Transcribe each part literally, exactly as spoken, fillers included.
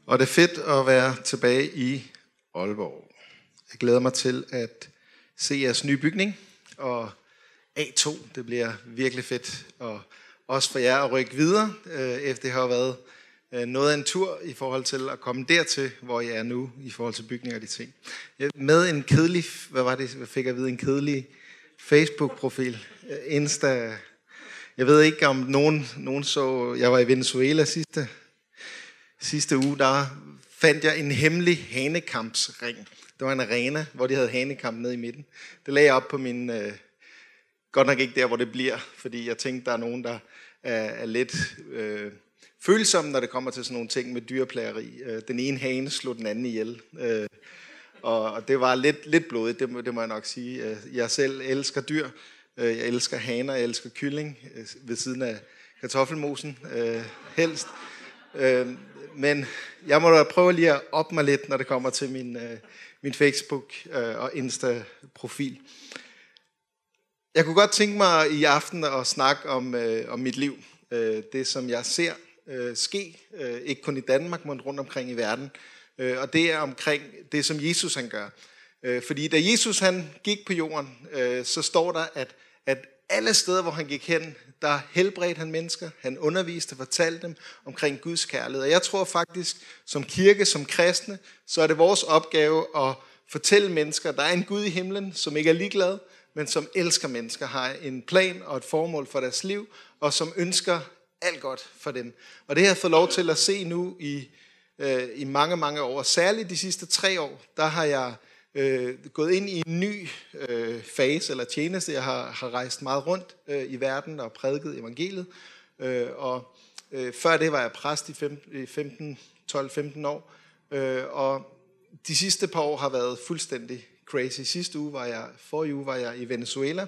Og det er fedt at være tilbage i Aalborg. Jeg glæder mig til at se jeres nye bygning. Og A to, det bliver virkelig fedt. Og også for jer at rykke videre, efter det har været noget af en tur i forhold til at komme dertil, hvor jeg er nu, i forhold til bygninger og de ting. Med en kedelig, hvad var det, hvad fik jeg at vide, en kedelig Facebook-profil, Insta. Jeg ved ikke, om nogen, nogen så, jeg var i Venezuela sidste, sidste uge, der fandt jeg en hemmelig hanekampsring. Det var en arena, hvor de havde hanekamp nede i midten. Det lagde jeg op på min, øh, godt nok ikke der, hvor det bliver, fordi jeg tænkte, der er nogen, der er, er lidt øh, følsomme, når det kommer til sådan nogle ting med dyreplageri. Øh, den ene hane slog den anden ihjel, øh, og, og det var lidt, lidt blodigt, det må, det må jeg nok sige. Jeg selv elsker dyr. Jeg elsker haner, jeg elsker kylling ved siden af kartoffelmosen, øh, helst. Øh, men jeg må da prøve lige at op mig lidt, når det kommer til min, øh, min Facebook- og Insta-profil. Jeg kunne godt tænke mig i aften at snakke om, øh, om mit liv. Øh, det, som jeg ser øh, ske, øh, ikke kun i Danmark, men rundt omkring i verden. Øh, og det er omkring det, som Jesus han gør. Øh, fordi da Jesus han gik på jorden, øh, så står der, at at alle steder, hvor han gik hen, der helbredte han mennesker, han underviste og fortalte dem omkring Guds kærlighed. Og jeg tror faktisk, som kirke, som kristne, så er det vores opgave at fortælle mennesker, at der er en Gud i himlen, som ikke er ligeglad, men som elsker mennesker, har en plan og et formål for deres liv, og som ønsker alt godt for dem. Og det har jeg fået lov til at se nu i, øh, i mange, mange år. Særligt de sidste tre år, der har jeg Øh, gået ind i en ny øh, fase eller tjeneste. Jeg har, har rejst meget rundt øh, i verden og prædiket evangeliet. Øh, og øh, før det var jeg præst i femten, tolv femten år. Øh, og de sidste par år har været fuldstændig crazy. Sidste uge var jeg, forrige uge var jeg i Venezuela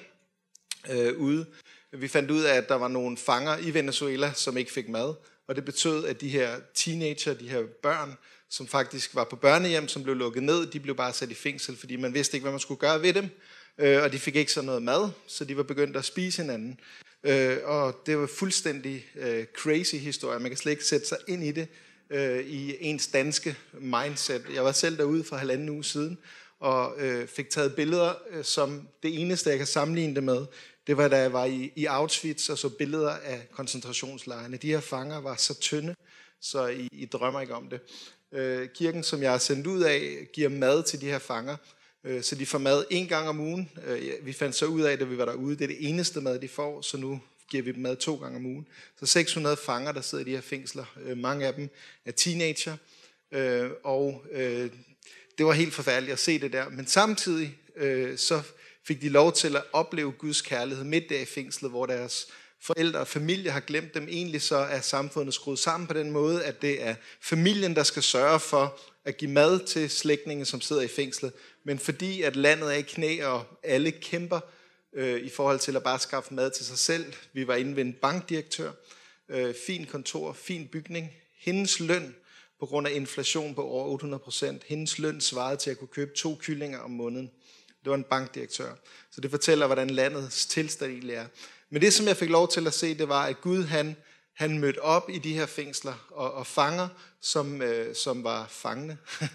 øh, ude. Vi fandt ud af, at der var nogle fanger i Venezuela, som ikke fik mad. Og det betød, at de her teenager, de her børn, som faktisk var på børnehjem, som blev lukket ned, de blev bare sat i fængsel, fordi man vidste ikke, hvad man skulle gøre ved dem. Øh, og de fik ikke så noget mad, så de var begyndt at spise hinanden. Øh, og det var fuldstændig øh, crazy historie. Man kan slet ikke sætte sig ind i det øh, i ens danske mindset. Jeg var selv derude for halvanden uge siden, og øh, fik taget billeder, øh, som det eneste, jeg kan sammenligne det med, det var, da jeg var i, i Auschwitz og så billeder af koncentrationslejrene. De her fanger var så tynde, så I, I drømmer ikke om det. Øh, kirken, som jeg er sendt ud af, giver mad til de her fanger, øh, så de får mad en gang om ugen. Øh, vi fandt så ud af, da vi var derude, det er det eneste mad, de får, så nu giver vi dem mad to gange om ugen. Så seks hundrede fanger, der sidder i de her fængsler. Øh, mange af dem er teenager, øh, og øh, det var helt forfærdeligt at se det der. Men samtidig øh, så fik de lov til at opleve Guds kærlighed midt der i fængslet, hvor deres forældre og familie har glemt dem. Egentlig så er samfundet skruet sammen på den måde, at det er familien, der skal sørge for at give mad til slægtninge, som sidder i fængslet. Men fordi at landet er i knæ, og alle kæmper øh, i forhold til at bare skaffe mad til sig selv. Vi var inde ved en bankdirektør. Øh, fin kontor, fin bygning. Hendes løn, på grund af inflation på over otte hundrede procent, hendes løn svarede til at kunne købe to kyllinger om måneden. Det var en bankdirektør. Så det fortæller, hvordan landets tilstand egentlig er. Men det, som jeg fik lov til at se, det var, at Gud han, han mødte op i de her fængsler og, og fanger, som, øh, som var fangende,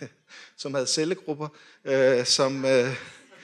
som havde cellegrupper, øh, som, øh,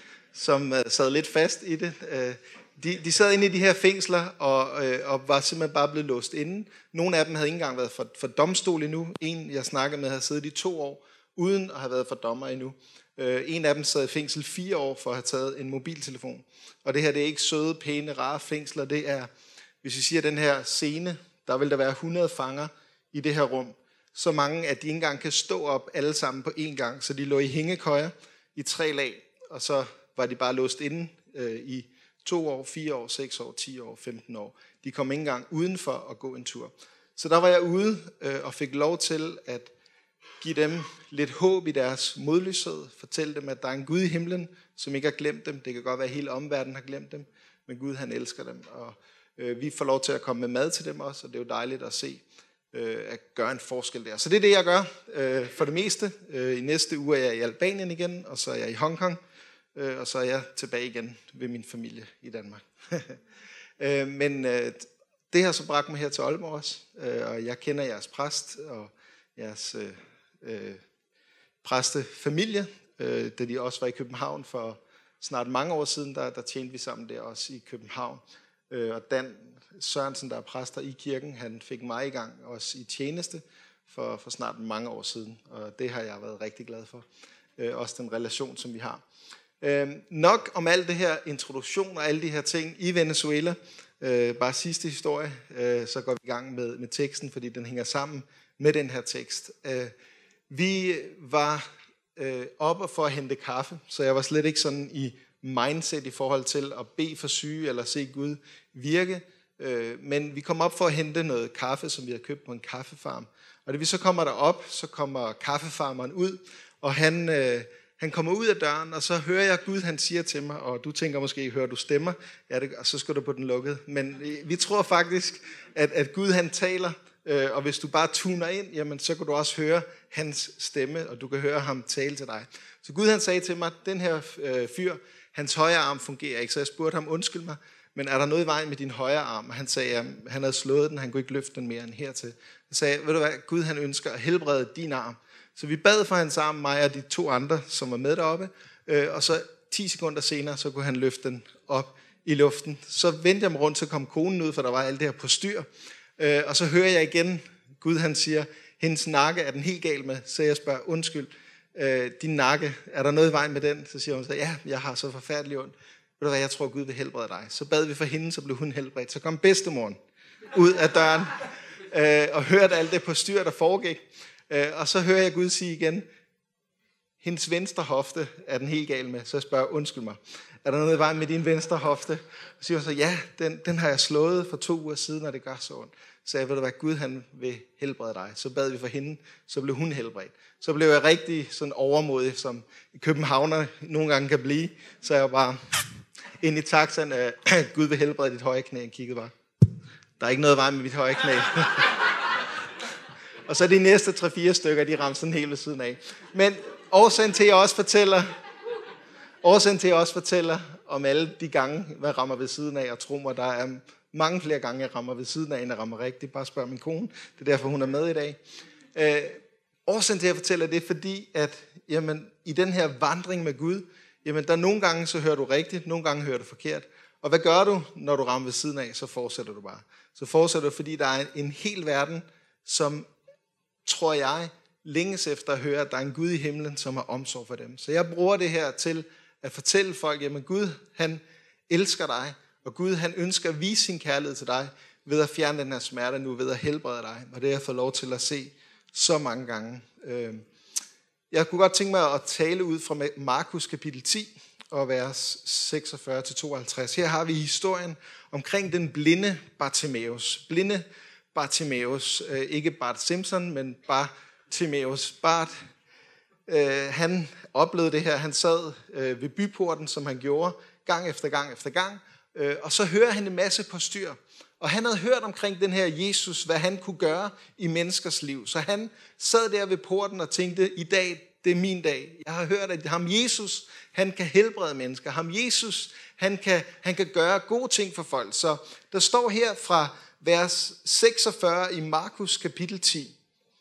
som øh, sad lidt fast i det. Øh, de, de sad inde i de her fængsler og, øh, og var simpelthen bare blevet låst inde. Nogle af dem havde ikke engang været for, for domstol endnu. En, jeg snakkede med, havde siddet i to år, uden at have været for dommer endnu. En af dem sad i fængsel fire år for at have taget en mobiltelefon. Og det her, det er ikke søde, pæne, rare fængsler. Det er, hvis vi siger den her scene, der vil der være hundrede fanger i det her rum. Så mange, at de ikke engang kan stå op alle sammen på én gang. Så de lå i hængekøjer i tre lag, og så var de bare låst inde øh, i to år, fire år, seks år, ti år, femten år. De kom ikke engang udenfor at gå en tur. Så der var jeg ude øh, og fik lov til at give dem lidt håb i deres modløshed. Fortæl dem, at der er en Gud i himlen, som ikke har glemt dem. Det kan godt være, at hele omverdenen har glemt dem, men Gud han elsker dem. Og øh, vi får lov til at komme med mad til dem også, og det er jo dejligt at se, øh, at gøre en forskel der. Så det er det, jeg gør øh, for det meste. Øh, I næste uge er jeg i Albanien igen, og så er jeg i Hongkong, øh, og så er jeg tilbage igen ved min familie i Danmark. øh, men øh, det har så bragt mig her til Aalborg også, øh, og jeg kender jeres præst og jeres øh, øh, præstefamilie, øh, da de også var i København for snart mange år siden, der, der tjente vi sammen der også i København. Øh, og Dan Sørensen, der er præster i kirken, han fik mig i gang også i tjeneste for, for snart mange år siden, og det har jeg været rigtig glad for. Øh, også den relation, som vi har. Øh, nok om alt det her introduktion og alle de her ting i Venezuela. Øh, bare sidste historie, øh, så går vi i gang med, med teksten, fordi den hænger sammen med den her tekst. Øh, vi var øh, oppe for at hente kaffe, så jeg var slet ikke sådan i mindset i forhold til at bede for syge eller se Gud virke. Øh, men vi kom op for at hente noget kaffe, som vi havde købt på en kaffefarm. Og da vi så kommer derop, så kommer kaffefarmeren ud, og han... Øh, Han kommer ud af døren, og så hører jeg Gud, han siger til mig, og du tænker måske, hører du stemmer? Ja, det, og så skal du på den lukkede. Men vi tror faktisk, at, at Gud han taler, øh, og hvis du bare tuner ind, jamen, så kan du også høre hans stemme, og du kan høre ham tale til dig. Så Gud han sagde til mig, den her øh, fyr, hans højre arm fungerer ikke. Så jeg spurgte ham, undskyld mig, men er der noget i vejen med din højre arm? Og han sagde, at han havde slået den, han kunne ikke løfte den mere end hertil. Jeg sagde, ved du hvad, Gud han ønsker at helbrede din arm. Så vi bad for hans arm, mig og de to andre, som var med deroppe, øh, og så ti sekunder senere, så kunne han løfte den op i luften. Så vendte jeg mig rundt, så kom konen ud, for der var alt det her på styr, øh, og så hører jeg igen, Gud han siger, hendes nakke er den helt gal med, så jeg spørger, undskyld, øh, din nakke, er der noget i vejen med den? Så siger hun så, ja, jeg har så forfærdelig ondt. Ved du hvad, jeg tror Gud vil helbrede dig. Så bad vi for hende, så blev hun helbredt. Så kom bedstemoren ud af døren, øh, og hørte alt det på styr, der foregik. Og så hører jeg Gud sige igen, hendes venstre hofte er den helt gal med. Så jeg spørger, undskyld mig, er der noget i vejen med din venstre hofte? Og siger hun så, ja, den, den har jeg slået for to uger siden, og det gør så ondt. Så jeg ved du hvad, Gud han vil helbrede dig. Så bad vi for hende, så blev hun helbredt. Så blev jeg rigtig sådan overmodig, som københavner nogle gange kan blive. Så jeg var bare ind i taxaen, øh, Gud vil helbrede dit højre knæ. Jeg kiggede bare, der er ikke noget i vejen med mit højre knæ. Og så de næste tre-fire stykker, de ramte sådan helt ved siden af. Men årsagen til, at jeg også fortæller, årsagen til, at jeg også fortæller om alle de gange, hvad jeg rammer ved siden af, og tro mig, der er mange flere gange, jeg rammer ved siden af, end jeg rammer rigtigt. Bare spørg min kone. Det er derfor, hun er med i dag. Øh, årsagen til, at jeg fortæller det, er fordi, at jamen, i den her vandring med Gud, jamen, der nogle gange, så hører du rigtigt, nogle gange hører du forkert. Og hvad gør du, når du rammer ved siden af? Så fortsætter du bare. Så fortsætter du, fordi der er en hel verden, som tror jeg, længes efter at høre, at der er en Gud i himlen, som har omsorg for dem. Så jeg bruger det her til at fortælle folk, at Gud, han elsker dig, og Gud, han ønsker at vise sin kærlighed til dig, ved at fjerne den her smerte nu, ved at helbrede dig. Og det har jeg fået lov til at se så mange gange. Jeg kunne godt tænke mig at tale ud fra Markus kapitel ti, og vers seksogfyrre til tooghalvtreds. Her har vi historien omkring den blinde Bartimaeus. Blinde Bartimaeus, øh, ikke Bart Simpson, men Bartimaeus. Bart, øh, han oplevede det her, han sad øh, ved byporten, som han gjorde, gang efter gang efter gang, øh, og så hører han en masse på styr. Og han havde hørt omkring den her Jesus, hvad han kunne gøre i menneskers liv. Så han sad der ved porten og tænkte, i dag, det er min dag. Jeg har hørt, at ham Jesus, han kan helbrede mennesker. Ham Jesus, han kan, han kan gøre gode ting for folk. Så der står her fra vers seksogfyrre i Markus kapitel ti,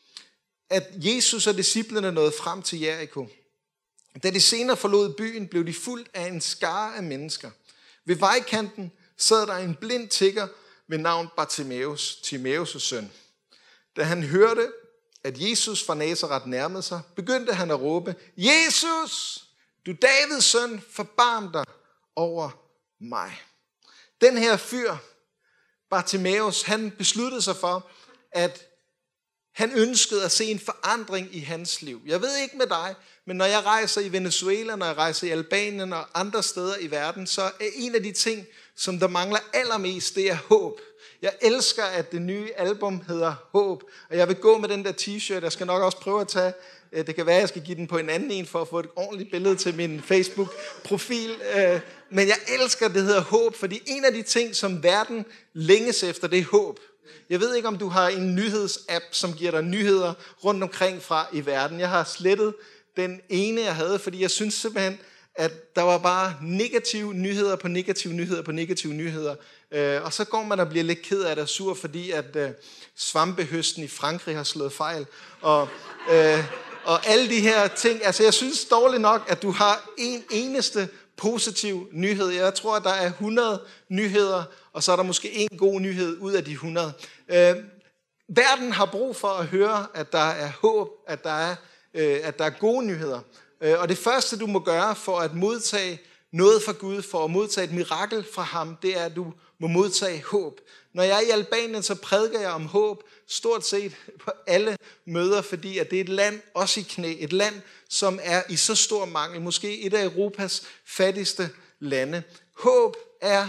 at Jesus og disciplene nåede frem til Jericho. Da de senere forlod byen, blev de fulgt af en skare af mennesker. Ved vejkanten sad der en blind tigger ved navn Bartimaeus, Timaeus' søn. Da han hørte, at Jesus fra Nazaret nærmede sig, begyndte han at råbe, Jesus, du Davids søn, forbarm dig over mig. Den her fyr, Bartimaeus, han besluttede sig for, at han ønskede at se en forandring i hans liv. Jeg ved ikke med dig, men når jeg rejser i Venezuela, når jeg rejser i Albanien og andre steder i verden, så er en af de ting, som der mangler allermest, det er håb. Jeg elsker, at det nye album hedder Håb, og jeg vil gå med den der t-shirt. Jeg skal nok også prøve at tage, det kan være, at jeg skal give den på en anden en, for at få et ordentligt billede til min Facebook-profil. Men jeg elsker, at det hedder Håb, fordi en af de ting, som verden længes efter, det er håb. Jeg ved ikke, om du har en nyhedsapp, som giver dig nyheder rundt omkring fra i verden. Jeg har slettet den ene, jeg havde, fordi jeg synes simpelthen, at der var bare negative nyheder på negative nyheder på negative nyheder. Øh, og så går man og bliver lidt ked af det og sur, fordi at øh, svampehøsten i Frankrig har slået fejl. Og, øh, og alle de her ting. Altså jeg synes dårligt nok, at du har en eneste positiv nyhed. Jeg tror, at der er hundrede nyheder, og så er der måske en god nyhed ud af de hundrede. Øh, verden har brug for at høre, at der er håb, at der er, øh, at der er gode nyheder. Øh, og det første, du må gøre for at modtage noget fra Gud, for at modtage et mirakel fra ham, det er, at du må modtage håb. Når jeg er i Albanien, så prædiker jeg om håb, stort set på alle møder, fordi at det er et land, også i knæ, et land, som er i så stor mangel, måske et af Europas fattigste lande. Håb er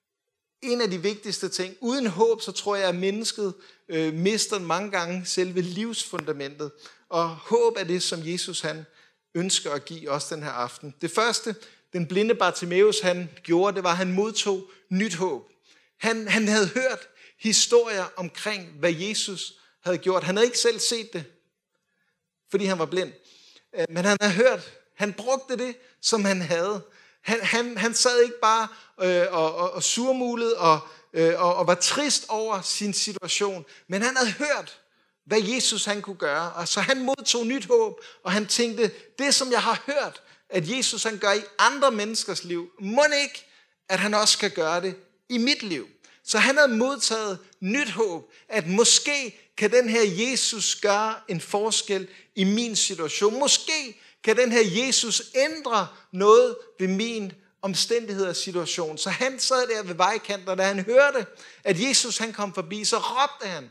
en af de vigtigste ting. Uden håb, så tror jeg, at mennesket øh, mister mange gange selve livsfundamentet. Og håb er det, som Jesus han ønsker at give os den her aften. Det første, den blinde Bartimeus han gjorde, det var, at han modtog nyt håb. Han, han havde hørt historier omkring, hvad Jesus havde gjort. Han havde ikke selv set det, fordi han var blind. Men han havde hørt, han brugte det, som han havde. Han, han, han sad ikke bare øh, og, og, og surmulede og, øh, og, og var trist over sin situation, men han havde hørt, hvad Jesus han kunne gøre. Og så han modtog nyt håb, og han tænkte, det som jeg har hørt, at Jesus han gør i andre menneskers liv, må ikke, at han også skal gøre det i mit liv. Så han havde modtaget nyt håb, at måske kan den her Jesus gøre en forskel i min situation. Måske kan den her Jesus ændre noget ved min omstændigheder og situation. Så han sad der ved vejkanten, og da han hørte, at Jesus han kom forbi, så råbte han,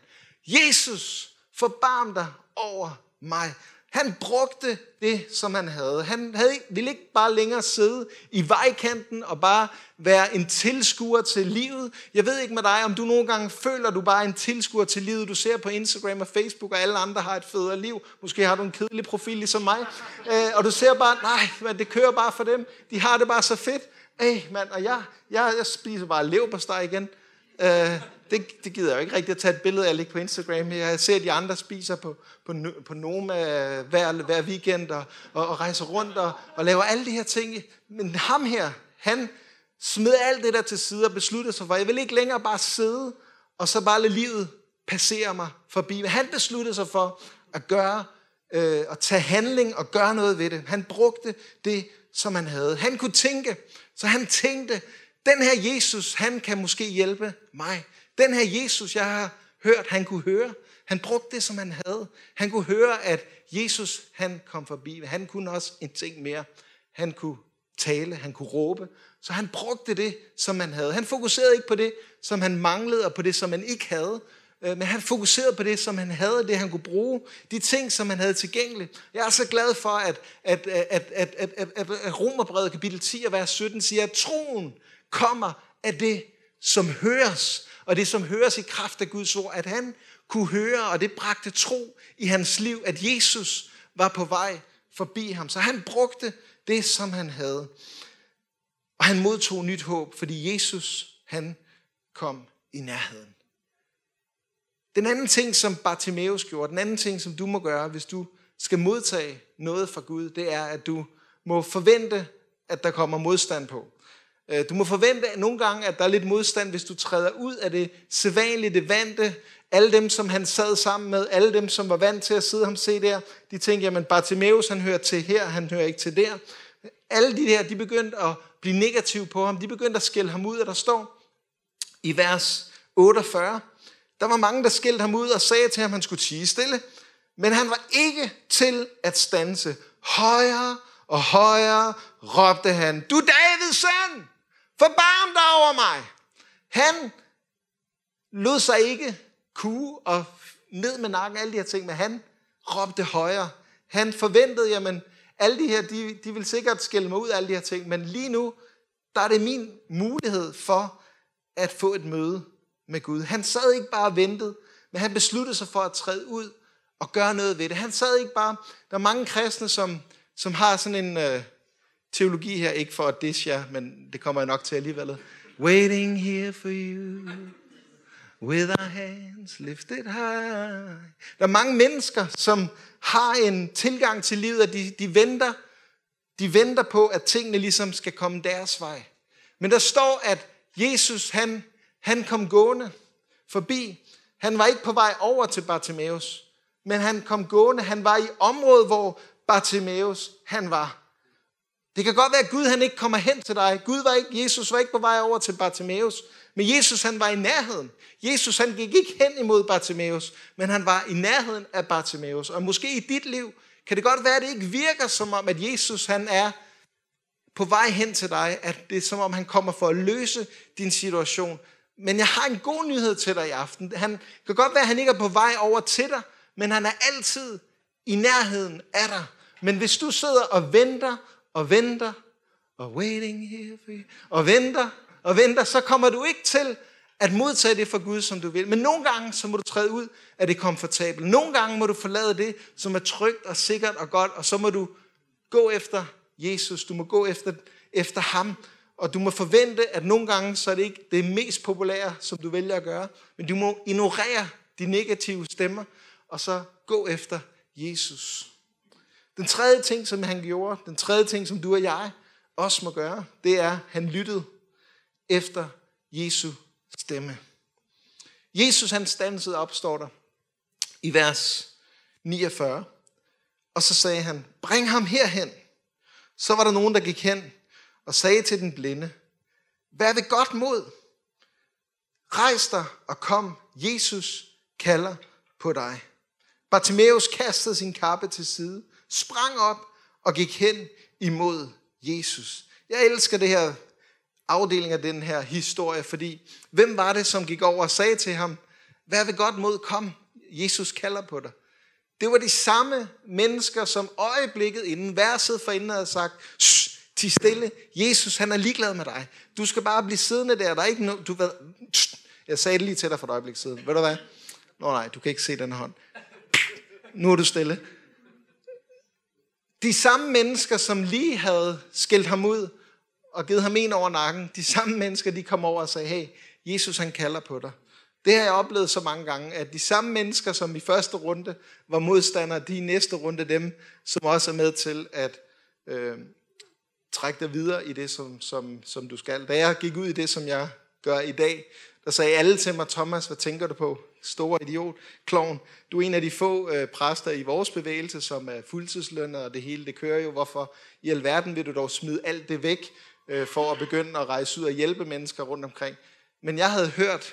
Jesus, forbarm dig over mig. Han brugte det, som han havde. Han havde, ville ikke bare længere sidde i vejkanten og bare være en tilskuer til livet. Jeg ved ikke med dig, om du nogle gange føler, at du bare er en tilskuer til livet. Du ser på Instagram og Facebook, og alle andre har et federe liv. Måske har du en kedelig profil ligesom mig. Øh, og du ser bare, nej, man, det kører bare for dem. De har det bare så fedt. Ej, mand, og jeg, jeg, jeg spiser bare leverpostej igen. Øh, det, det gider jeg jo ikke rigtig at tage et billede af at lægge på Instagram. Jeg ser, at de andre spiser på, på, på Noma hver, hver weekend og, og, og rejser rundt og, og laver alle de her ting. Men ham her, han smed alt det der til side og besluttede sig for, jeg vil ikke længere bare sidde og så bare lade livet passere mig forbi. Men han besluttede sig for at gøre øh, at tage handling og gøre noget ved det. Han brugte det, som han havde. Han kunne tænke, så han tænkte, den her Jesus, han kan måske hjælpe mig. Den her Jesus, jeg har hørt, han kunne høre. Han brugte det, som han havde. Han kunne høre, at Jesus, han kom forbi. Han kunne også en ting mere. Han kunne tale, han kunne råbe. Så han brugte det, som han havde. Han fokuserede ikke på det, som han manglede, og på det, som han ikke havde. Men han fokuserede på det, som han havde, det han kunne bruge, de ting, som han havde tilgængeligt. Jeg er så glad for, at, at, at, at, at, at, at, at Romerbrevet kapitel ti og vers sytten siger, at troen kommer af det, som høres, og det, som høres i kraft af Guds ord, at han kunne høre, og det bragte tro i hans liv, at Jesus var på vej forbi ham. Så han brugte det, som han havde. Og han modtog nyt håb, fordi Jesus, han kom i nærheden. Den anden ting, som Bartimeus gjorde, den anden ting, som du må gøre, hvis du skal modtage noget fra Gud, det er, at du må forvente, at der kommer modstand på. Du må forvente nogle gange, at der er lidt modstand, hvis du træder ud af det sædvanlige, det vante. Alle dem, som han sad sammen med, alle dem, som var vant til at sidde ham se der, de tænkte, jamen Bartimeus, han hører til her, han hører ikke til der. Alle de der, de begyndte at blive negative på ham, de begyndte at skælde ham ud, og der står i vers otteogfyrre, der var mange, der skældte ham ud og sagde til ham, at han skulle tie stille, men han var ikke til at standse. Højere og højere råbte han, du Davids søn, forbarm dig over mig. Han lod sig ikke kue og ned med nakken, alle de her ting, men han råbte højere. Han forventede, jamen alle de her, de, de vil sikkert skælde mig ud af alle de her ting, men lige nu, der er det min mulighed for at få et møde med Gud. Han sad ikke bare og ventede, men han besluttede sig for at træde ud og gøre noget ved det. Han sad ikke bare, der er mange kristne, som, som har sådan en øh, teologi her, ikke for at disse jer, men det kommer jeg nok til alligevel. Waiting here for you, with our hands lifted high. Der er mange mennesker, som har en tilgang til livet, at de, de venter, de venter på, at tingene ligesom skal komme deres vej. Men der står, at Jesus, han, han kom gående forbi. Han var ikke på vej over til Bartimeus, men han kom gående. Han var i området, hvor Bartimaeus han var. Det kan godt være, at Gud han ikke kommer hen til dig. Gud var ikke, Jesus var ikke på vej over til Bartimaeus, men Jesus han var i nærheden. Jesus han gik ikke hen imod Bartimaeus, men han var i nærheden af Bartimaeus. Og måske i dit liv kan det godt være, at det ikke virker som om, at Jesus han er på vej hen til dig, at det er som om han kommer for at løse din situation. Men jeg har en god nyhed til dig i aften. Han kan godt være, at han ikke er på vej over til dig, men han er altid i nærheden af dig. Men hvis du sidder og venter og venter og waiting here for you, og venter og venter, så kommer du ikke til at modtage det fra Gud, som du vil. Men nogle gange, så må du træde ud af det komfortable. Nogle gange må du forlade det, som er trygt og sikkert og godt, og så må du gå efter Jesus. Du må gå efter, efter ham, og du må forvente, at nogle gange, så er det ikke det mest populære, som du vælger at gøre, men du må ignorere de negative stemmer, og så gå efter Jesus. Den tredje ting, som han gjorde, den tredje ting, som du og jeg også må gøre, det er, at han lyttede efter Jesu stemme. Jesus han standsede op, står der i vers niogfyrre, og så sagde han, bring ham herhen. Så var der nogen, der gik hen og sagde til den blinde, vær ved godt mod. Rejs dig og kom, Jesus kalder på dig. Bartimaeus kastede sin kappe til side, sprang op og gik hen imod Jesus. Jeg elsker det her afdeling af den her historie, fordi hvem var det, som gik over og sagde til ham, vær ved godt mod, kom, Jesus kalder på dig. Det var de samme mennesker, som øjeblikket inden verset forinden havde sagt, ti stille, Jesus han er ligeglad med dig. Du skal bare blive siddende der, der er ikke noget, du ved, jeg sagde det lige til dig for et øjeblik siden, ved du hvad? Nå nej, du kan ikke se den hånd. Nu er du stille. De samme mennesker, som lige havde skældt ham ud og givet ham en over nakken, de samme mennesker, de kom over og sagde, hey, Jesus han kalder på dig. Det har jeg oplevet så mange gange, at de samme mennesker, som i første runde var modstandere, de i næste runde dem, som også er med til at øh, trække dig videre i det, som, som, som du skal. Da jeg gik ud i det, som jeg gør i dag, der sagde alle til mig, Thomas, hvad tænker du på? Store idiot, klovn. Du er en af de få øh, præster i vores bevægelse, som er fuldtidslønnet, og det hele, det kører jo. Hvorfor i alverden vil du dog smide alt det væk, øh, for at begynde at rejse ud og hjælpe mennesker rundt omkring? Men jeg havde hørt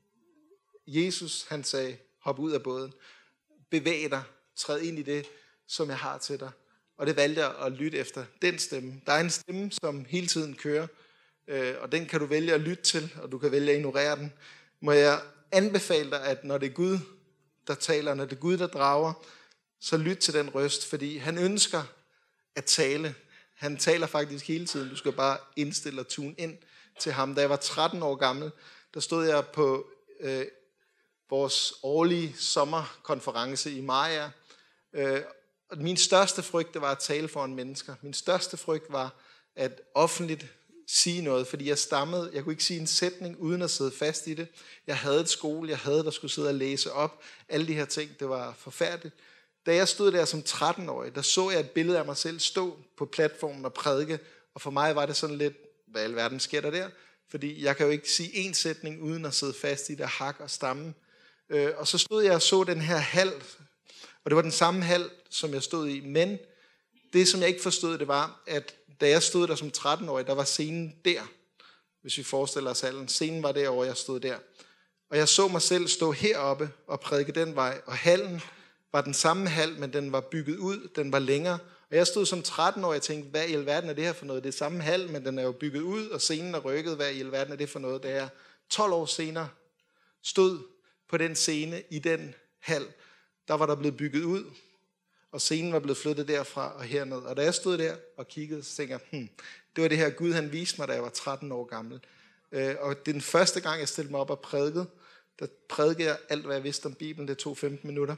Jesus, han sagde, hop ud af båden, bevæg dig, træd ind i det, som jeg har til dig. Og det valgte jeg at lytte efter, den stemme. Der er en stemme, som hele tiden kører, øh, og den kan du vælge at lytte til, og du kan vælge at ignorere den. Må jeg anbefale dig, at når det er Gud, der taler, når det er Gud, der drager, så lyt til den røst, fordi han ønsker at tale. Han taler faktisk hele tiden. Du skal bare indstille og tune ind til ham. Da jeg var tretten år gammel, der stod jeg på øh, vores årlige sommerkonference i Maja. Øh, og min største frygt, det var at tale foran mennesker. Min største frygt var at offentligt sige noget, fordi jeg stammede. Jeg kunne ikke sige en sætning uden at sidde fast i det. Jeg havde et skole, jeg havde, der skulle sidde og læse op. Alle de her ting, det var forfærdeligt. Da jeg stod der som tretten-årig, der så jeg et billede af mig selv stå på platformen og prædike, og for mig var det sådan lidt, hvad i alverden sker der der? Fordi jeg kan jo ikke sige en sætning uden at sidde fast i det, hak og stamme. Øh, og så stod jeg og så den her hal, og det var den samme hal, som jeg stod i, men det, som jeg ikke forstod, det var, at da jeg stod der som tretten-årig, der var scenen der, hvis vi forestiller os hallen. Scenen var derovre, jeg stod der. Og jeg så mig selv stå heroppe og prædike den vej, og hallen var den samme hal, men den var bygget ud, den var længere. Og jeg stod som tretten-årig og tænkte, hvad i alverden er det her for noget? Det er samme hal, men den er jo bygget ud, og scenen er rykket. Hvad i alverden er det for noget? Da jeg tolv år senere stod på den scene i den hal, der var der blevet bygget ud, og scenen var blevet flyttet derfra og herned. Og da jeg stod der og kiggede, så tænkte jeg, hmm, det var det her Gud, han viste mig, da jeg var tretten år gammel. Øh, og det er den første gang, jeg stillede mig op og prædikede. Der prædikede jeg alt, hvad jeg vidste om Bibelen. Det tog femten minutter.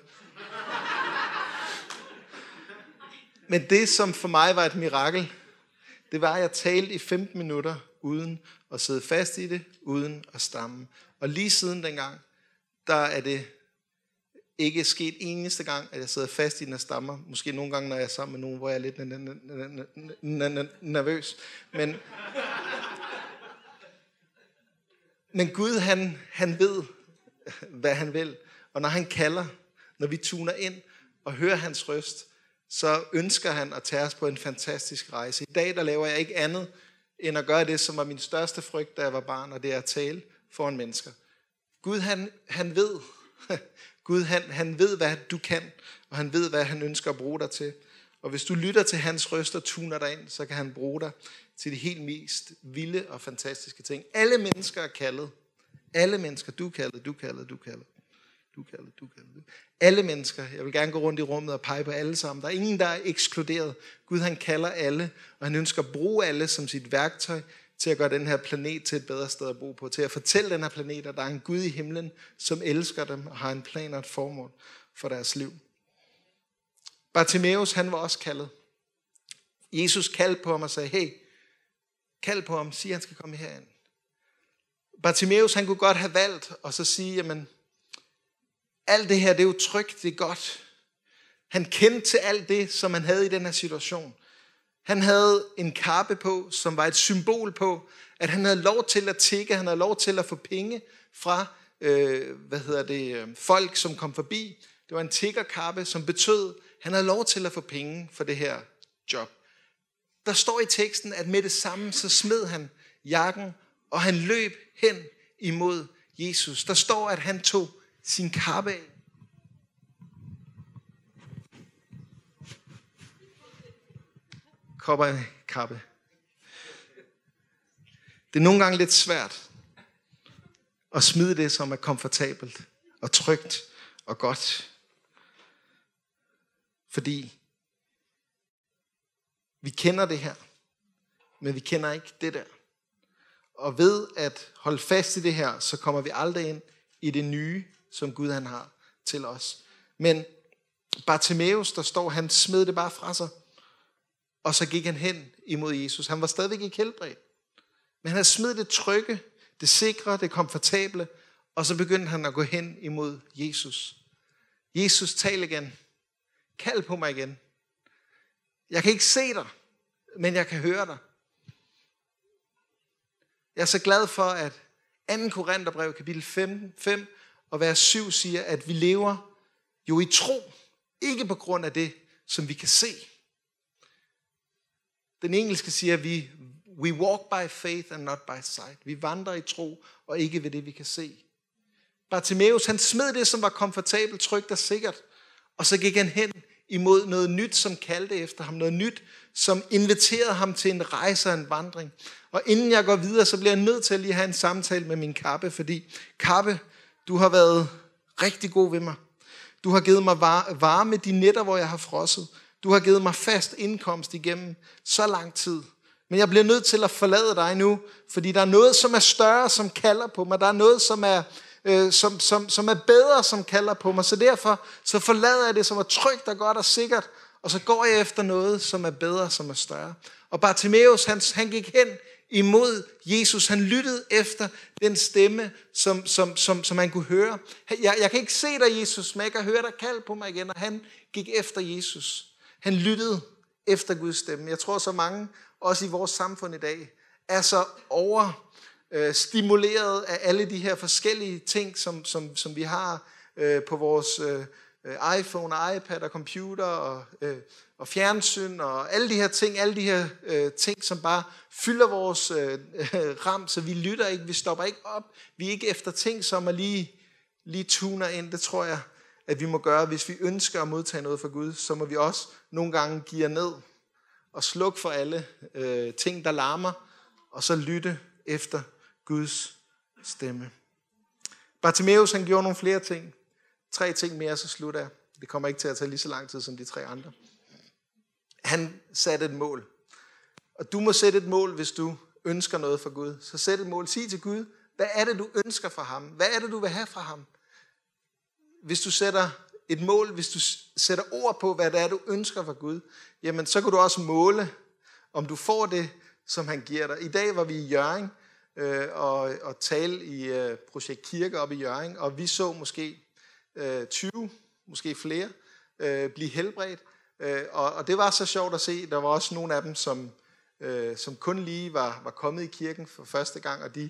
Men det, som for mig var et mirakel, det var, at jeg talte i femten minutter, uden at sidde fast i det, uden at stamme. Og lige siden dengang, der er det ikke sket eneste gang, at jeg sidder fast i den og stammer. Måske nogle gange, når jeg er sammen med nogen, hvor jeg er lidt nervøs. Men, men Gud, han, han ved, hvad han vil. Og når han kalder, når vi tuner ind og hører hans røst, så ønsker han at tage os på en fantastisk rejse. I dag der laver jeg ikke andet, end at gøre det, som var min største frygt, da jeg var barn, og det er at tale foran mennesker. Gud, han, han ved, Gud, han, han ved, hvad du kan, og han ved, hvad han ønsker at bruge dig til. Og hvis du lytter til hans røst og tuner dig ind, så kan han bruge dig til de helt mest vilde og fantastiske ting. Alle mennesker er kaldet. Alle mennesker, du er kaldet, du er kaldet, du er kaldet. Du er kaldet, du er kaldet. Alle mennesker, jeg vil gerne gå rundt i rummet og pege på alle sammen. Der er ingen, der er ekskluderet. Gud, han kalder alle, og han ønsker at bruge alle som sit værktøj til at gøre den her planet til et bedre sted at bo på. Til at fortælle den her planet, at der er en Gud i himlen, som elsker dem og har en plan og et formål for deres liv. Bartimeus, han var også kaldet. Jesus kaldte på ham og sagde, hey, kald på ham, sig, at han skal komme herind. Bartimeus, han kunne godt have valgt og så sige, jamen, alt det her, det er jo trygt, det er godt. Han kendte til alt det, som han havde i den her situation. Han havde en kappe på, som var et symbol på, at han havde lov til at tigge, han havde lov til at få penge fra øh, hvad hedder det, folk, som kom forbi. Det var en tiggerkappe, som betød, at han havde lov til at få penge for det her job. Der står i teksten, at med det samme, så smed han jakken, og han løb hen imod Jesus. Der står, at han tog sin kappe af. Kopper af kappe. Det er nogle gange lidt svært at smide det, som er komfortabelt og trygt og godt. Fordi vi kender det her, men vi kender ikke det der. Og ved at holde fast i det her, så kommer vi aldrig ind i det nye, som Gud han har til os. Men Bartimeus, der står, han smed det bare fra sig, og så gik han hen imod Jesus. Han var stadigvæk ikke helbredt, men han smed det trygge, det sikre, det komfortable, og så begyndte han at gå hen imod Jesus. Jesus, tal igen. Kald på mig igen. Jeg kan ikke se dig, men jeg kan høre dig. Jeg er så glad for, at anden Korintherbrev, kapitel fem og vers syv siger, at vi lever jo i tro, ikke på grund af det, som vi kan se. Den engelske siger, at vi we walk by faith and not by sight. Vi vandrer i tro, og ikke ved det, vi kan se. Bartimeus, han smed det, som var komfortabelt, trygt og sikkert, og så gik han hen imod noget nyt, som kaldte efter ham. Noget nyt, som inviterede ham til en rejse og en vandring. Og inden jeg går videre, så bliver jeg nødt til at lige have en samtale med min Kappe, fordi Kappe, du har været rigtig god ved mig. Du har givet mig varme de nætter, hvor jeg har frosset. Du har givet mig fast indkomst igennem så lang tid. Men jeg bliver nødt til at forlade dig nu, fordi der er noget, som er større, som kalder på mig. Der er noget, som er, øh, som, som, som er bedre, som kalder på mig. Så derfor så forlader jeg det, som er trygt og godt og sikkert, og så går jeg efter noget, som er bedre, som er større. Og Bartimeus, han, han gik hen imod Jesus. Han lyttede efter den stemme, som, som, som, som han kunne høre. Jeg, jeg kan ikke se dig, Jesus, men jeg kan høre dig kalde på mig igen. Og han gik efter Jesus. Han lyttede efter Guds stemme. Jeg tror så mange, også i vores samfund i dag, er så overstimuleret af alle de her forskellige ting, som, som, som vi har øh, på vores øh, iPhone og iPad og computer og, øh, og fjernsyn og alle de her ting, alle de her øh, ting, som bare fylder vores øh, ram, så vi lytter ikke, vi stopper ikke op, vi er ikke efter ting, som er lige, lige tuner ind. Det tror jeg, at vi må gøre, hvis vi ønsker at modtage noget fra Gud, så må vi også nogle gange give ned og slukke for alle øh, ting, der larmer, og så lytte efter Guds stemme. Bartimeus, han gjorde nogle flere ting. Tre ting mere, så slutter jeg. Det kommer ikke til at tage lige så lang tid som de tre andre. Han satte et mål. Og du må sætte et mål, hvis du ønsker noget fra Gud. Så sæt et mål. Sig til Gud, hvad er det, du ønsker fra ham? Hvad er det, du vil have fra ham? Hvis du sætter et mål, hvis du sætter ord på, hvad det er, du ønsker fra Gud, jamen så kan du også måle, om du får det, som han giver dig. I dag var vi i Hjørring øh, og, og tale i øh, projekt Kirke op i Hjørring, og vi så måske øh, tyve, måske flere, øh, blive helbredt. Øh, og, og det var så sjovt at se. Der var også nogle af dem, som, øh, som kun lige var, var kommet i kirken for første gang, og de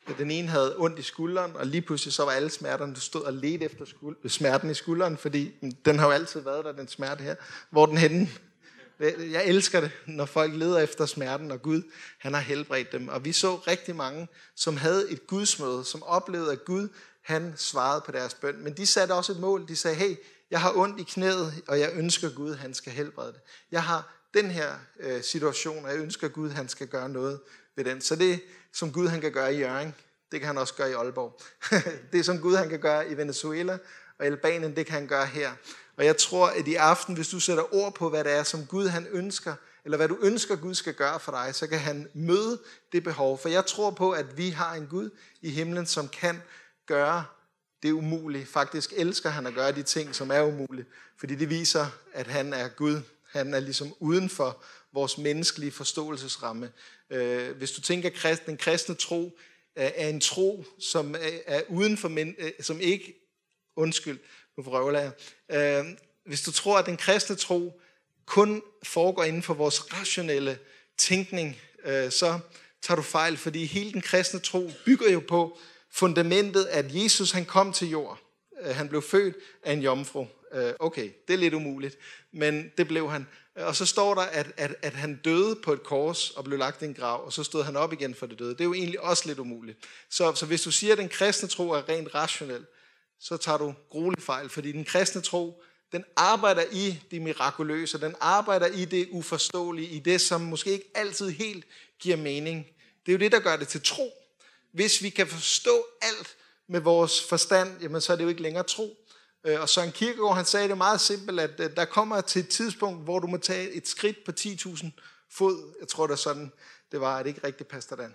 Den ene havde ondt i skulderen, og lige pludselig så var alle smerterne, du stod og ledte efter skul- smerten i skulderen, fordi den har jo altid været der, den smerte her. Hvor er den henne? Jeg elsker det, når folk leder efter smerten, og Gud, han har helbredt dem. Og vi så rigtig mange, som havde et gudsmøde, som oplevede, at Gud, han svarede på deres bøn. Men de satte også et mål. De sagde, hey, jeg har ondt i knæet, og jeg ønsker Gud, han skal helbrede det. Jeg har den her øh, situation, og jeg ønsker Gud, han skal gøre noget ved den. Så det, som Gud, han kan gøre i Hjørring, det kan han også gøre i Aalborg. Det, som Gud, han kan gøre i Venezuela og Albanien, det kan han gøre her. Og jeg tror, at i aften, hvis du sætter ord på, hvad det er, som Gud han ønsker, eller hvad du ønsker, Gud skal gøre for dig, så kan han møde det behov. For jeg tror på, at vi har en Gud i himlen, som kan gøre det umulige. Faktisk elsker han at gøre de ting, som er umulige. Fordi det viser, at han er Gud. Han er ligesom uden for vores menneskelige forståelsesramme. Hvis du tænker, at den kristne tro er en tro, som er uden for, som ikke, undskyld, nu vrøvler jeg. Hvis du tror, at den kristne tro kun foregår inden for vores rationelle tænkning, så tager du fejl, fordi hele den kristne tro bygger jo på fundamentet, at Jesus han kom til jord. Han blev født af en jomfru. Okay, det er lidt umuligt, men det blev han. Og så står der, at, at, at han døde på et kors og blev lagt i en grav, og så stod han op igen for det døde. Det er jo egentlig også lidt umuligt. Så, så hvis du siger, at den kristne tro er rent rationel, så tager du grueligt fejl, fordi den kristne tro, den arbejder i det mirakuløse, den arbejder i det uforståelige, i det, som måske ikke altid helt giver mening. Det er jo det, der gør det til tro. Hvis vi kan forstå alt med vores forstand, jamen så er det jo ikke længere tro. Og Søren Kierkegaard, han sagde det meget simpelt, at der kommer til et tidspunkt, hvor du må tage et skridt på ti tusind fod. Jeg tror, det er sådan, det var, at det ikke rigtigt, Pastor Dan.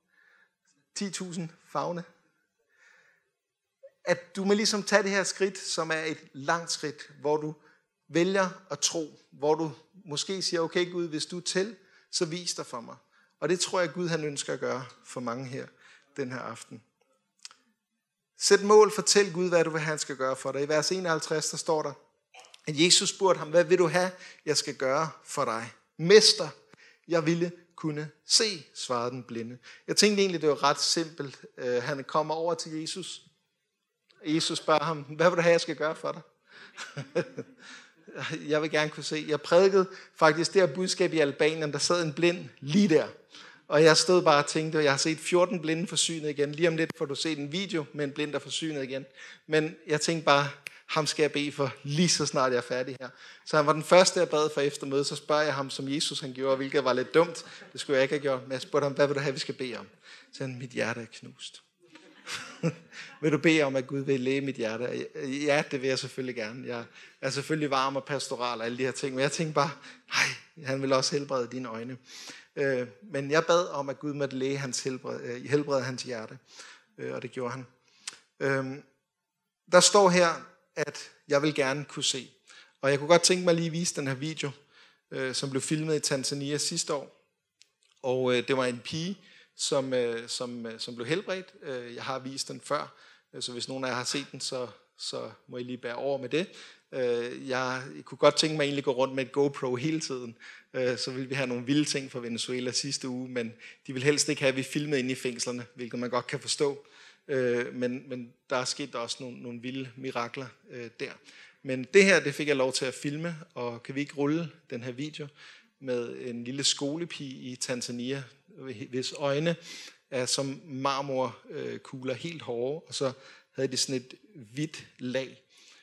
ti tusind favne. At du må ligesom tage det her skridt, som er et langt skridt, hvor du vælger at tro, hvor du måske siger, okay Gud, hvis du er til, så vis dig for mig. Og det tror jeg, Gud han ønsker at gøre for mange her den her aften. Sæt mål, fortæl Gud, hvad du vil have, han skal gøre for dig. I vers enoghalvtreds, der står der, at Jesus spurgte ham, hvad vil du have, jeg skal gøre for dig? Mester, jeg ville kunne se, svarede den blinde. Jeg tænkte egentlig, det var ret simpelt. Han kommer over til Jesus. Jesus spørger ham, hvad vil du have, jeg skal gøre for dig? Jeg vil gerne kunne se. Jeg prædikede faktisk det her budskab i Albanien, der sad en blind lige der. Og jeg stod bare og tænkte, jeg har set fjorten blinde forsynet igen. Lige om lidt får du set en video med en blind, der er forsynet igen. Men jeg tænkte bare, ham skal jeg bede for lige så snart jeg er færdig her. Så han var den første, jeg bad for eftermøde. Så spørger jeg ham, som Jesus han gjorde, hvilket var lidt dumt. Det skulle jeg ikke have gjort. Men jeg spurgte ham, hvad vil du have, vi skal bede om? Så han, mit hjerte er knust. Vil du bede om, at Gud vil læge mit hjerte? Ja, det vil jeg selvfølgelig gerne. Jeg er selvfølgelig varm og pastoral og alle de her ting. Men jeg tænkte bare, nej, han vil også helbrede dine øjne. Men jeg bad om, at Gud måtte læge hans helbrede, helbrede hans hjerte. Og det gjorde han. Der står her, at jeg vil gerne kunne se. Og jeg kunne godt tænke mig lige at vise den her video, som blev filmet i Tanzania sidste år. Og det var en pige, som, som, som blev helbredt. Jeg har vist den før, så hvis nogen af jer har set den, så, så må I lige bære over med det. Jeg kunne godt tænke mig egentlig at gå rundt med et GoPro hele tiden, så ville vi have nogle vilde ting fra Venezuela sidste uge, men de vil helst ikke have, at vi filmede inde i fængslerne, hvilket man godt kan forstå. Men, men der er sket også nogle, nogle vilde mirakler der. Men det her, det fik jeg lov til at filme, og kan vi ikke rulle den her video med en lille skolepige i Tanzania, hvis øjne er som marmorkugler, helt hårde, og så havde de sådan et hvidt lag.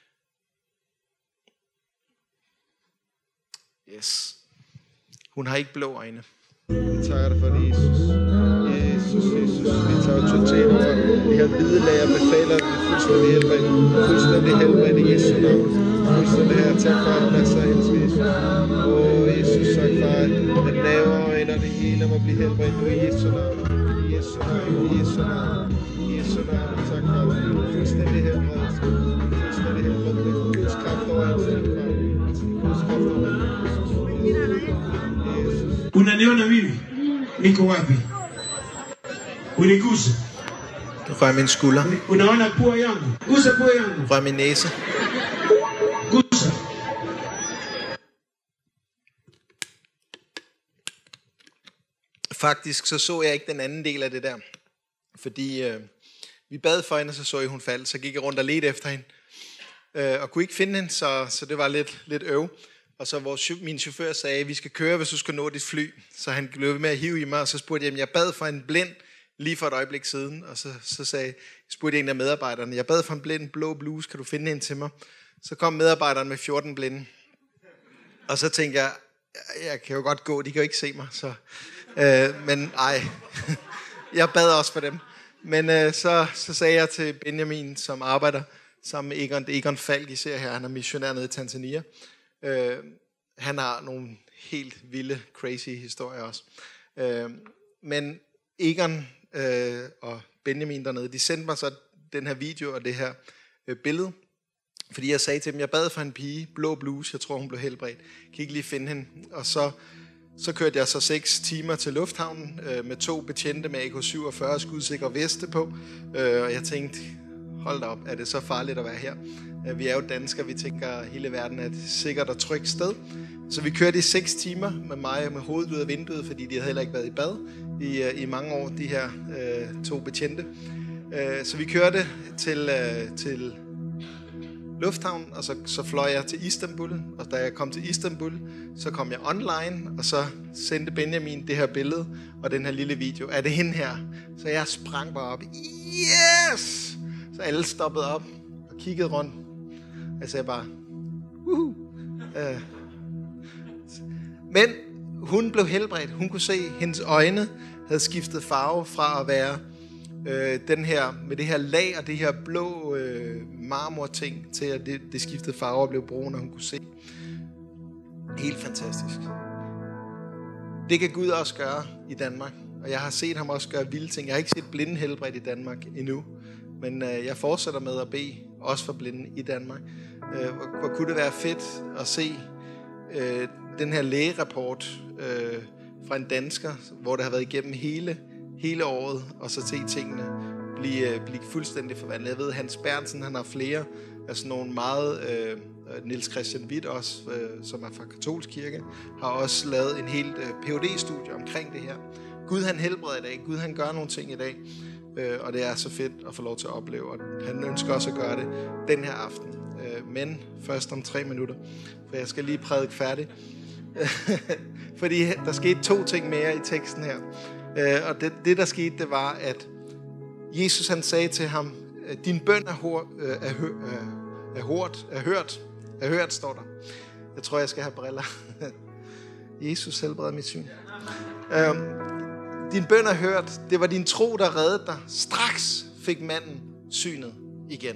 Yes. Hun har ikke blå øjne. Vi takker dig for det, Jesus. Jesus, Jesus. Vi tager totalt for det her hvide lag og befaler, at vi fuldstændig helbred. Fuldstændig helbred i Jesu navn. Fuldstændig her. Tak for at der er så helst. Åh, Jesus, tak for at nerver og øjne og det hele må blive helbredt nu i Jesu navn. I Jesu navn, i Jesu navn. I Jesu navn. Tak for at fuldstændig helbred. Fuldstændig helbred. Guds kraft over hans liv. Guds kraft over hans liv. Unaniona mimi? Niko wapi? Unigusa. Rør min skulder. Unaona pua yangu? Gusa pua yangu. Rør min næse. Gusa. Faktisk så så jeg ikke den anden del af det der. Fordi øh, vi bad for hende, og så så jeg, hun faldt. Så gik jeg rundt og ledte efter hende. Øh, og kunne ikke finde hende, så, så det var lidt, lidt øv. Og så vores, min chauffør sagde, at vi skal køre, hvis du skal nå dit fly. Så han løb med at hive i mig, og så spurgte jeg, jeg bad for en blind lige for et øjeblik siden. Og så, så sagde, jeg spurgte en af medarbejderne, jeg bad for en blind blå bluse, kan du finde en til mig? Så kom medarbejderen med fjorten blinde. Og så tænkte jeg, jeg kan jo godt gå, de kan jo ikke se mig. Så, øh, men ej, jeg bad også for dem. Men øh, så, så sagde jeg til Benjamin, som arbejder sammen med Egon, det er Egon Falk, I ser her, han er missionær nede i Tanzania. Øh, han har nogle helt vilde, crazy historier også. Øh, men Egon øh, og Benjamin dernede, de sendte mig så den her video og det her øh, billede. Fordi jeg sagde til dem, jeg bad for en pige, blå bluse, jeg tror hun blev helbredt. Kan ikke lige finde hende. Og så, så kørte jeg så seks timer til lufthavnen øh, med to betjente med A K syvogfyrre skudsikre veste på. Øh, og jeg tænkte, hold da op, er det så farligt at være her? Øh, vi er jo danskere, vi tænker, at hele verden er et sikkert og trygt sted. Så vi kørte i seks timer med mig med hovedet ud af vinduet, fordi de havde heller ikke været i bad i, i mange år, de her øh, to betjente. Øh, så vi kørte til... Øh, til lufthavn, og så, så fløj jeg til Istanbul, og da jeg kom til Istanbul, så kom jeg online, og så sendte Benjamin det her billede, og den her lille video. Er det hende her? Så jeg sprang bare op. Yes! Så alle stoppede op og kiggede rundt. Jeg sagde bare, Woohoo! Uh. Men hun blev helbredt. Hun kunne se, at hendes øjne havde skiftet farve fra at være Øh, den her, med det her lag og det her blå øh, marmor-ting, til at det, det skiftede farve og blev brun, og hun kunne se. Helt fantastisk. Det kan Gud også gøre i Danmark, og jeg har set ham også gøre vilde ting. Jeg har ikke set blinde helbredt i Danmark endnu, men øh, jeg fortsætter med at bede, også for blinde i Danmark. Øh, hvor, hvor kunne det være fedt at se øh, den her lægerapport øh, fra en dansker, hvor det har været igennem hele hele året, og så se tingene blive, blive fuldstændig forvandlet. Jeg ved, at Hans Bernsen, han har flere af sådan nogle meget, øh, Niels Christian Witt også, øh, som er fra katolsk kirke, har også lavet en helt øh, P H D-studie omkring det her. Gud, han helbreder i dag. Gud, han gør nogle ting i dag, øh, og det er så fedt at få lov til at opleve, og han ønsker også at gøre det den her aften. Øh, men først om tre minutter, for jeg skal lige prædike færdig. Fordi der skete to ting mere i teksten her. Uh, og det, det der skete, det var, at Jesus han sagde til ham, din bøn er, hår, uh, er, hø, uh, er, hørt, er hørt, er hørt, står der. Jeg tror, jeg skal have briller. Jesus helbreder mit syn. Uh, din bøn er hørt, det var din tro, der reddede dig. Straks fik manden synet igen.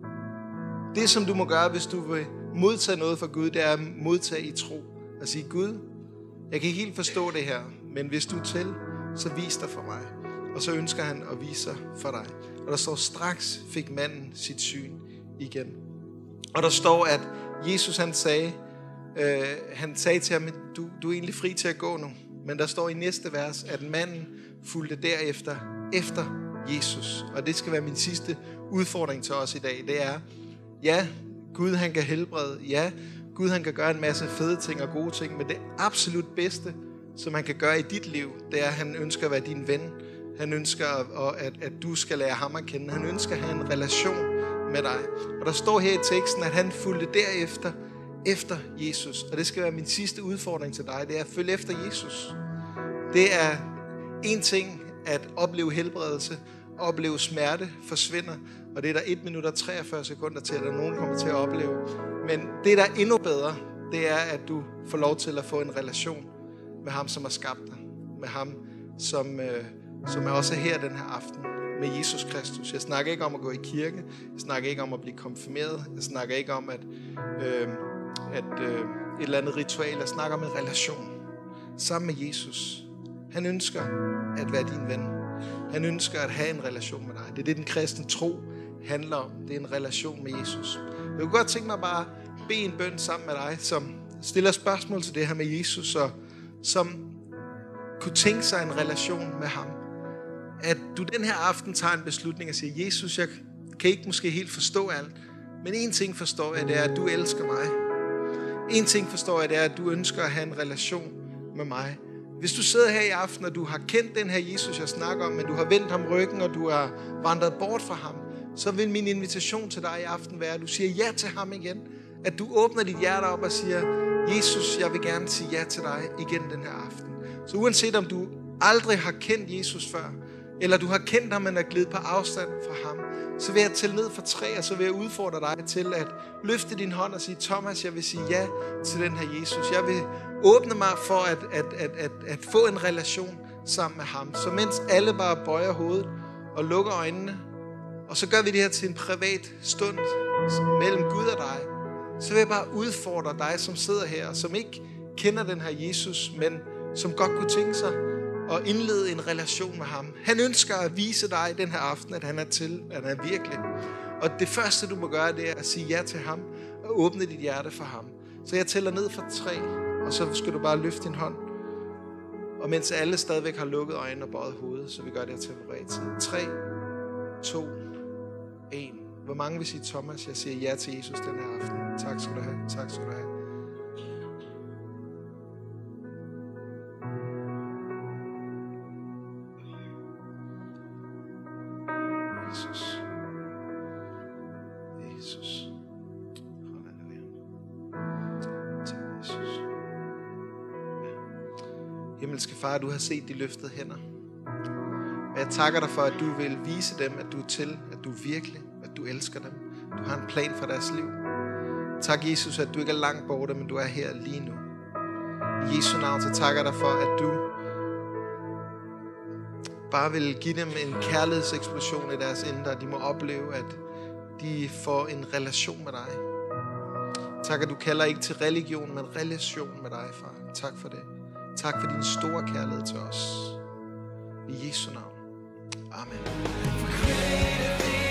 Det, som du må gøre, hvis du vil modtage noget fra Gud, det er at modtage i tro. Og sige, Gud, jeg kan ikke helt forstå det her, men hvis du er til, så vis dig for mig. Og så ønsker han at vise sig for dig. Og der står, straks fik manden sit syn igen. Og der står, at Jesus han sagde, øh, han sagde til ham, du, du er egentlig fri til at gå nu. Men der står i næste vers, at manden fulgte derefter, efter Jesus. Og det skal være min sidste udfordring til os i dag. Det er, ja, Gud han kan helbrede. Ja, Gud han kan gøre en masse fede ting og gode ting. Men det absolut bedste, som han kan gøre i dit liv, det er, at han ønsker at være din ven. Han ønsker, at, at du skal lære ham at kende. Han ønsker at have en relation med dig. Og der står her i teksten, at han fulgte derefter, efter Jesus. Og det skal være min sidste udfordring til dig. Det er at følge efter Jesus. Det er en ting at opleve helbredelse, opleve smerte, forsvinder. Og det er der et minut og treogfyrre sekunder til, at der nogen kommer til at opleve. Men det, der er endnu bedre, det er, at du får lov til at få en relation med ham, som har skabt dig. Med ham, som, øh, som er også her den her aften. Med Jesus Kristus. Jeg snakker ikke om at gå i kirke. Jeg snakker ikke om at blive konfirmeret. Jeg snakker ikke om at, øh, at øh, et eller andet ritual. Jeg snakker om en relation. Sammen med Jesus. Han ønsker at være din ven. Han ønsker at have en relation med dig. Det er det, den kristne tro handler om. Det er en relation med Jesus. Jeg kunne godt tænke mig bare at bede en bøn sammen med dig, som stiller spørgsmål til det her med Jesus, og som kunne tænke sig en relation med ham. At du den her aften tager en beslutning og siger, Jesus, jeg kan ikke måske helt forstå alt, men en ting forstår jeg, det er, at du elsker mig. En ting forstår jeg, det er, at du ønsker at have en relation med mig. Hvis du sidder her i aften, og du har kendt den her Jesus, jeg snakker om, men du har vendt ham ryggen, og du har vandret bort fra ham, så vil min invitation til dig i aften være, at du siger ja til ham igen. At du åbner dit hjerte op og siger, Jesus, jeg vil gerne sige ja til dig igen den her aften. Så uanset om du aldrig har kendt Jesus før, eller du har kendt ham, men er gledet på afstand fra ham, så vil jeg tælle ned fra tre, og så vil jeg udfordre dig til at løfte din hånd og sige, Thomas, jeg vil sige ja til den her Jesus. Jeg vil åbne mig for at, at, at, at, at få en relation sammen med ham. Så mens alle bare bøjer hovedet og lukker øjnene, og så gør vi det her til en privat stund mellem Gud og dig, så vil jeg bare udfordre dig, som sidder her, og som ikke kender den her Jesus, men som godt kunne tænke sig at indlede en relation med ham. Han ønsker at vise dig den her aften, at han er til, at han er virkelig. Og det første, du må gøre, det er at sige ja til ham, og åbne dit hjerte for ham. Så jeg tæller ned fra tre, og så skal du bare løfte din hånd. Og mens alle stadigvæk har lukket øjnene og bøjet hovedet, så vi gør det her temporært tid. tre, to, et. Hvor mange vil sige, Thomas, jeg siger ja til Jesus den her aften. Tak skal du have. Tak skal du have. Jesus. Jesus. Halleluja. Tak, Jesus. Himmelske Far, du har set de løftede hænder. Og jeg takker dig for, at du vil vise dem, at du er til, at du er virkelig, at du elsker dem. Du har en plan for deres liv. Tak, Jesus, at du ikke er langt borte, men du er her lige nu. I Jesu navn, så takker jeg dig for, at du bare vil give dem en kærlighedseksplosion i deres indre. De må opleve, at de får en relation med dig. Tak, at du kalder ikke til religion, men relation med dig, far. Tak for det. Tak for din store kærlighed til os. I Jesu navn. Amen.